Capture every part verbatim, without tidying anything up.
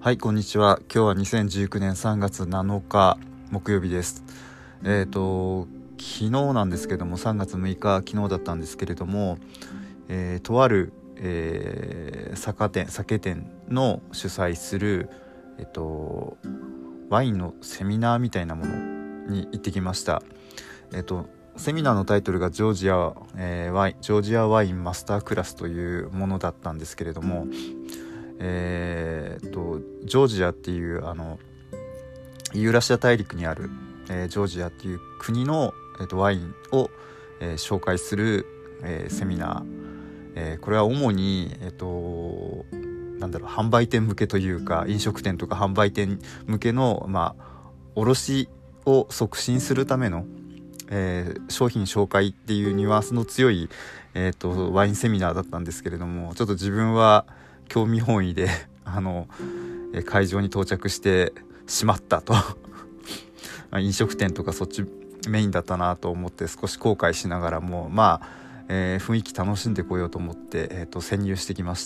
はい、こんにちは。今日はにせんじゅうきゅうねんさんがつなのか木曜日です。えっ、ー、と昨日なんですけども、さんがつむいか昨日だったんですけれども、えー、とある、えー、酒店酒店の主催する、えっ、ー、とワインのセミナーみたいなものに行ってきました。えっ、ー、とセミナーのタイトルがジョージア、えー、ワインジョージアワインマスタークラスというものだったんですけれども、えー、とジョージアっていうあのユーラシア大陸にある、えー、ジョージアっていう国の、えー、とワインを、えー、紹介する、えー、セミナー、えー、これは主に、えー、となんだろう販売店向けというか、飲食店とか販売店向けの、まあ、卸を促進するための、えー、商品紹介っていうニュアンスの強い、えー、とワインセミナーだったんですけれども、ちょっと自分は興味本位であの会場に到着してしまったと飲食店とかそっちメインだったなと思って少し後悔しながらも、まあ、えー、雰囲気楽しんでこようと思って、えー、と潜入してきました。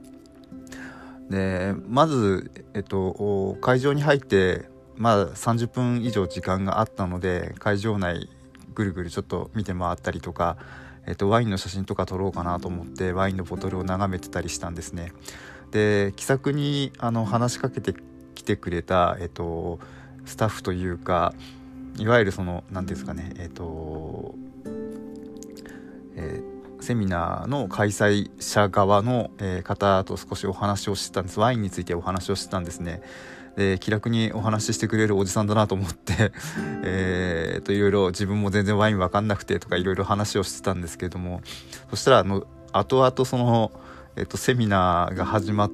でまず、えー、と会場に入ってまあさんじゅっぷん以上時間があったので、会場内ぐるぐるちょっと見て回ったりとか、えー、とワインの写真とか撮ろうかなと思ってワインのボトルを眺めてたりしたんですね。で気さくにあの話しかけてきてくれた、えー、とスタッフというか、いわゆるその何ですかね、えーとえー、セミナーの開催者側の、えー、方と少しお話をしてたんです。ワインについてお話をしてたんですね。で気楽にお話ししてくれるおじさんだなと思ってえーといろいろ自分も全然ワイン分かんなくてとかいろいろ話をしてたんですけれども、そしたらあの後々その、えーとセミナーが始まって、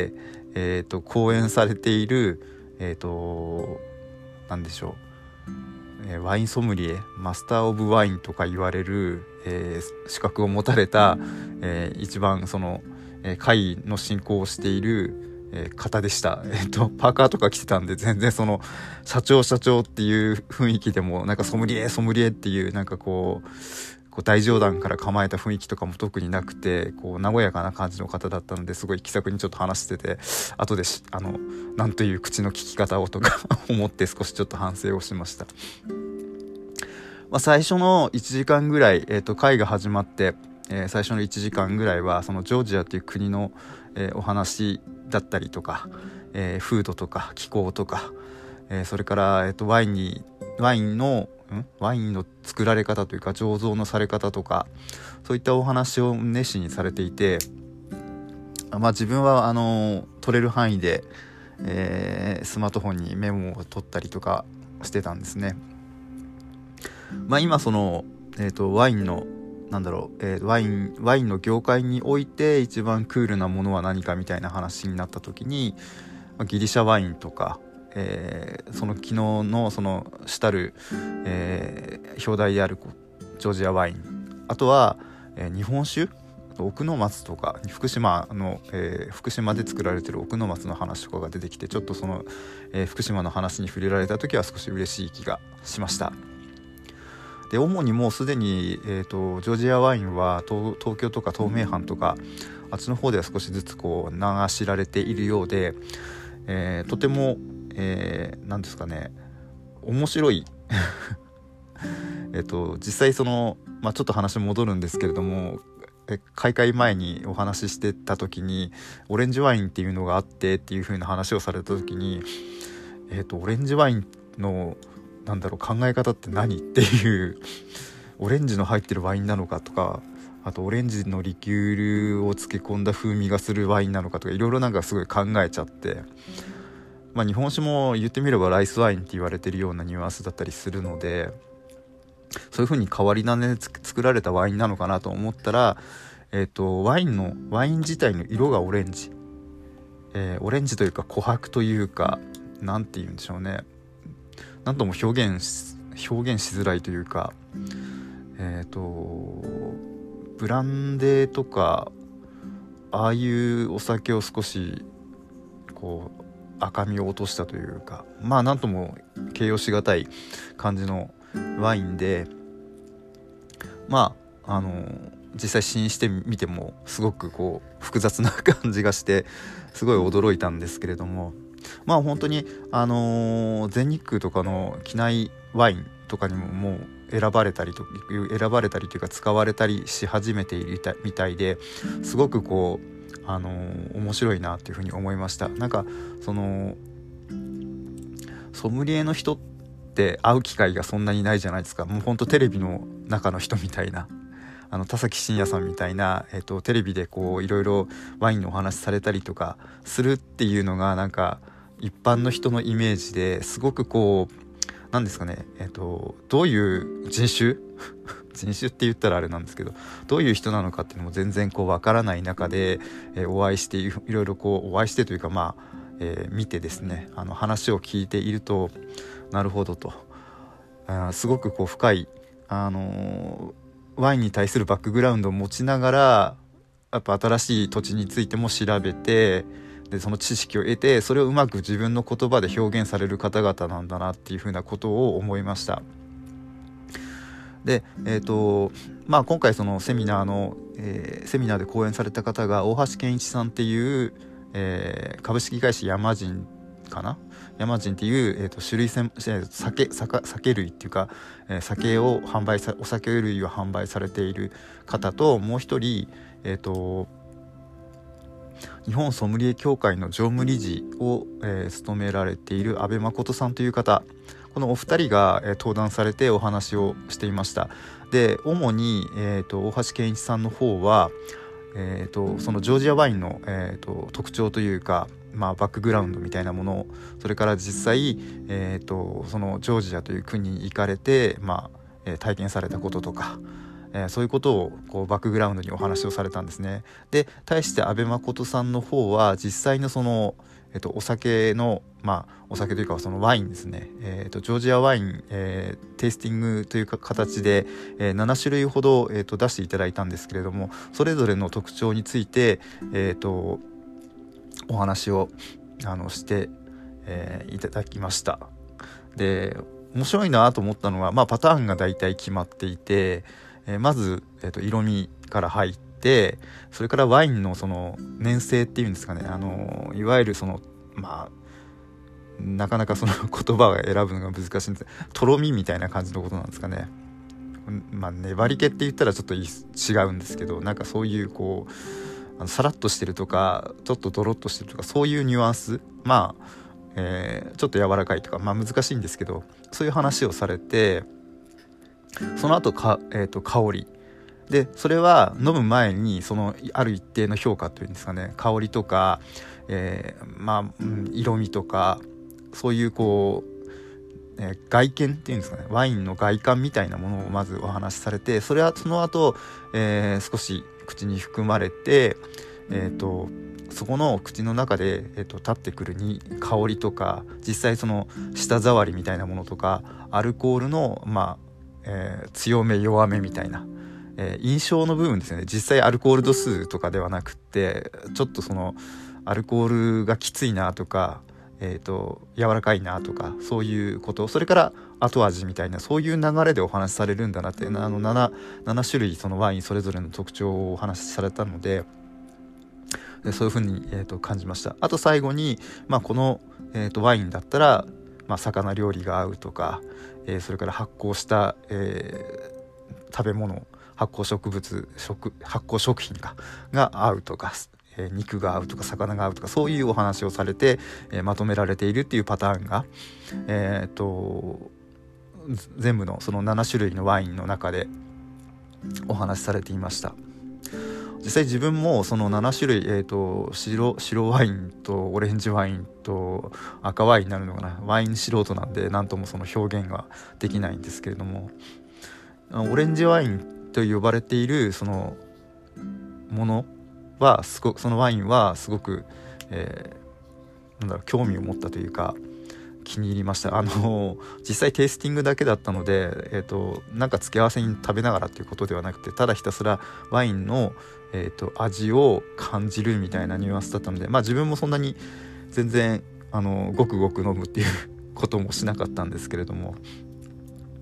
えーと講演されているえーとなんでしょう、えー、ワインソムリエマスターオブワインとか言われる、えー、資格を持たれた、えー、一番その、えー、会の進行をしているえー、方でした。えっとパーカーとか着てたんで、全然その社長社長っていう雰囲気でもなんかソムリエソムリエっていうなんかこうこう大上段から構えた雰囲気とかも特になくて、こう和やかな感じの方だったので、すごい気さくにちょっと話してて、後でしあのなんという口の利き方をとか思って少しちょっと反省をしました。まあ、最初のいちじかんぐらい、えー、と会が始まって、えー、最初のいちじかんぐらいはそのジョージアという国の、えー、お話だったりとか、えー、風土とか気候とか、えー、それから、えー、とワインにワインのんワインの作られ方というか醸造のされ方とか、そういったお話を熱心にされていて、まあ、自分はあの取れる範囲で、えー、スマートフォンにメモを取ったりとかしてたんですね。まあ、今その、えー、とワインのなんだろう、えー、ワインワインの業界において一番クールなものは何かみたいな話になった時に、まあ、ギリシャワインとか、えー、その昨日のその主たる、えー、表題であるジョージアワイン、あとは、えー、日本酒奥の松とか福島の、えー、福島で作られている奥の松の話とかが出てきて、ちょっとその、えー、福島の話に触れられた時は少し嬉しい気がしました。で主にもうすでに、えーと、ジョージアワインは 東, 東京とか東名阪とかあっちの方では少しずつこう流しられているようで、えー、とても、えー、なんですかね、面白いえと実際その、まあ、ちょっと話戻るんですけれども、え開会前にお話ししてた時にオレンジワインっていうのがあってっていう風な話をされた時に、えーと、オレンジワインのなんだろう考え方って何っていうオレンジの入ってるワインなのかとか、あとオレンジのリキュールを漬け込んだ風味がするワインなのかとか、いろいろなんかすごい考えちゃって、まあ日本酒も言ってみればライスワインって言われてるようなニュアンスだったりするので、そういう風に変わり種で作られたワインなのかなと思ったら、えーとワインのワイン自体の色がオレンジ、えー、オレンジというか琥珀というか、なんて言うんでしょうね、なんとも表現し、表現しづらいというか、えっとブランデーとかああいうお酒を少しこう赤みを落としたというか、まあなんとも形容しがたい感じのワインで、まああの実際試飲してみてもすごくこう複雑な感じがしてすごい驚いたんですけれども、まあ本当にあのー、全日空とかの機内ワインとかにももう選ばれたりという選ばれたりというか使われたりし始めているみたいですごくこうあのー、面白いなというふうに思いました。なんかそのソムリエの人って会う機会がそんなにないじゃないですか。もうほんとテレビの中の人みたいな、あの田崎真也さんみたいな、えっと、テレビでこういろいろワインのお話されたりとかするっていうのがなんか一般の人のイメージですごくこうなんですかね、えっと、どういう人種人種って言ったらあれなんですけど、どういう人なのかっていうのも全然こうわからない中で、えー、お会いしていろいろこうお会いしてというかまあ、えー、見てですね、あの話を聞いているとなるほどと、あすごくこう深い、あのー、ワインに対するバックグラウンドを持ちながらやっぱ新しい土地についても調べて、でその知識を得てそれをうまく自分の言葉で表現される方々なんだなっていうふうなことを思いました。で、えーとまあ、今回そのセミナーの、えー、セミナーで講演された方が大橋健一さんっていう、えー、株式会社ヤマジンかなヤマジンっていう、えーと種類専、えー、酒, 酒, 酒類っていうか、えー、酒を販売さお酒類を販売されている方と、もう一人、えーと日本ソムリエ協会の常務理事を、えー、務められている安倍誠さんという方、このお二人が、えー、登壇されてお話をしていました。で主に、えー、と大橋健一さんの方は、えー、とそのジョージアワインの、えー、と特徴というか、まあ、バックグラウンドみたいなもの、それから実際、えー、とそのジョージアという国に行かれて、まあえー、体験されたこととか、えー、そういうことをこうバックグラウンドにお話をされたんですね。で対して安倍誠さんの方は実際のその、えー、とお酒の、まあ、お酒というかそのワインですね、えー、とジョージアワイン、えー、テイスティングというか形で、えー、なな種類ほど、えー、と出していただいたんですけれども、それぞれの特徴について、えー、とお話をあのして、えー、いただきました。で面白いなと思ったのは、まあ、パターンが大体決まっていて、えー、まず、えー、と色味から入って、それからワインのその粘性っていうんですかね、あのいわゆるそのまあなかなかその言葉を選ぶのが難しいんですとろみみたいな感じのことなんですかね。まあ粘り気って言ったらちょっと違うんですけど、なんかそういうこうあのさらっとしてるとかちょっとドロッとしてるとか、そういうニュアンス、まあ、えー、ちょっと柔らかいとか、まあ難しいんですけど、そういう話をされて、その後か、えーと、香りで、それは飲む前にそのある一定の評価というんですかね、香りとか、えー、まあ色味とか、そういうこう、えー、外見っていうんですかね、ワインの外観みたいなものをまずお話しされて、それはその後、えー、少し口に含まれて、えーとそこの口の中で、えー、と立ってくるに香りとか、実際その舌触りみたいなものとか、アルコールのまあえー、強め弱めみたいな、えー、印象の部分ですよね。実際アルコール度数とかではなくって、ちょっとそのアルコールがきついなとか、えーと、柔らかいなとか、そういうこと、それから後味みたいな、そういう流れでお話しされるんだなって、あの 7, 7種類そのワインそれぞれの特徴をお話しされたので、でそういうふうに、えーと感じました。あと最後に、まあ、この、えーとワインだったら、まあ、魚料理が合うとか、えー、それから発酵した、えー、食べ物、発酵植物食発酵食品かが合うとか、えー、肉が合うとか魚が合うとか、そういうお話をされて、えー、まとめられているっていうパターンが、えー、と全部のそのなな種類のワインの中でお話しされていました。実際自分もそのなな種類、えー、と 白, 白ワインとオレンジワインと赤ワインになるのかな、ワイン素人なんで何ともその表現ができないんですけれども、オレンジワインと呼ばれているそのものはすごく、そのワインはすごく、えー、なんだろう興味を持ったというか気に入りました。あの実際テイスティングだけだったので、えー、となんか付け合わせに食べながらということではなくて、ただひたすらワインの、えー、と味を感じるみたいなニュアンスだったので、まあ自分もそんなに全然あのごくごく飲むっていうこともしなかったんですけれども、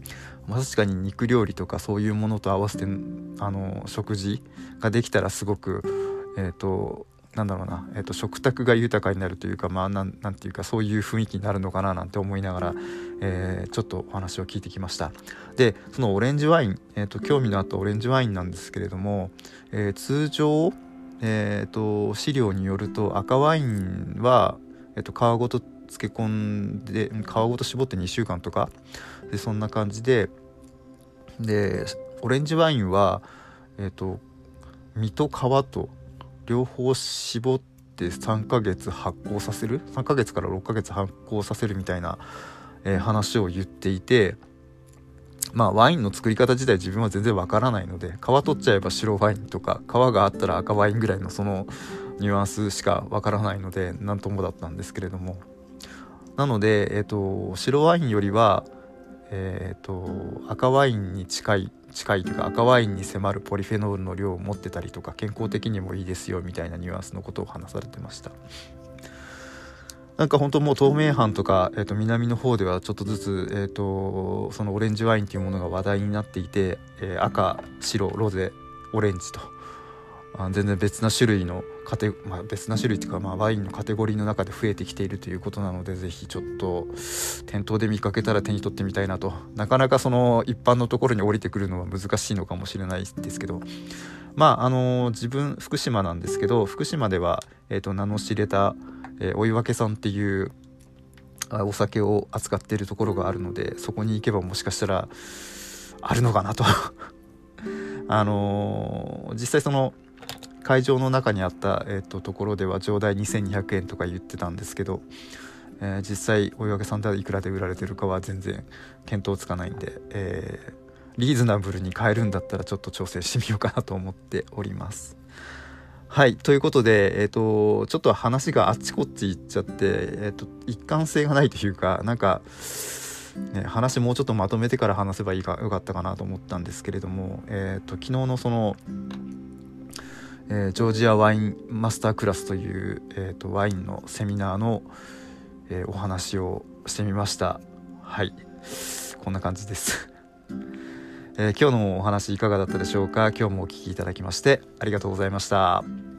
まあ、確かに肉料理とかそういうものと合わせてあの食事ができたらすごくえっとなんだろうな、えー、と食卓が豊かになるというか、まあ、なんなんていうかそういう雰囲気になるのかななんて思いながら、えー、ちょっとお話を聞いてきました。でそのオレンジワイン、えー、と興味のあったオレンジワインなんですけれども、えー、通常、えー、と資料によると赤ワインは、えー、と皮ごと漬け込んで皮ごと絞ってにしゅうかんとかでそんな感じで、でオレンジワインは、えー、と実と皮と両方絞ってさんかげつ発酵させるさんかげつからろっかげつ発酵させるみたいな、えー、話を言っていて、まあワインの作り方自体自分は全然わからないので、皮取っちゃえば白ワインとか皮があったら赤ワインぐらいのそのニュアンスしかわからないのでなんともだったんですけれども、なので、えーと、白ワインよりは、えーと、赤ワインに近い近いというか赤ワインに迫るポリフェノールの量を持ってたりとか健康的にもいいですよみたいなニュアンスのことを話されてました。なんか本当もう東名阪とか、えー、と南の方ではちょっとずつ、えー、とそのオレンジワインというものが話題になっていて、えー、赤白ロゼオレンジとあ全然別な種類のカテ、まあ、別な種類というか、まあ、ワインのカテゴリーの中で増えてきているということなので、ぜひちょっと店頭で見かけたら手に取ってみたいなと。なかなかその一般のところに降りてくるのは難しいのかもしれないですけど、まああの自分福島なんですけど、福島では、えー、と名の知れた、えー、お岩家さんっていうお酒を扱っているところがあるので、そこに行けばもしかしたらあるのかなとあのー、実際その会場の中にあった、えー、と, ところでは上代にせんにひゃくえんとか言ってたんですけど、えー、実際お岩家さんではいくらで売られてるかは全然見当つかないんで、えー、リーズナブルに買えるんだったらちょっと調整してみようかなと思っております。はい、ということで、えー、とちょっと話があっちこっち行っちゃって、えー、と一貫性がないというか、なんか、ね、話もうちょっとまとめてから話せばいいかよかったかなと思ったんですけれども、えー、と昨日のそのえー、ジョージアワインマスタークラスという、えー、とワインのセミナーの、えー、お話をしてみました。はい、こんな感じです、えー、今日のお話いかがだったでしょうか。今日もお聞きいただきましてありがとうございました。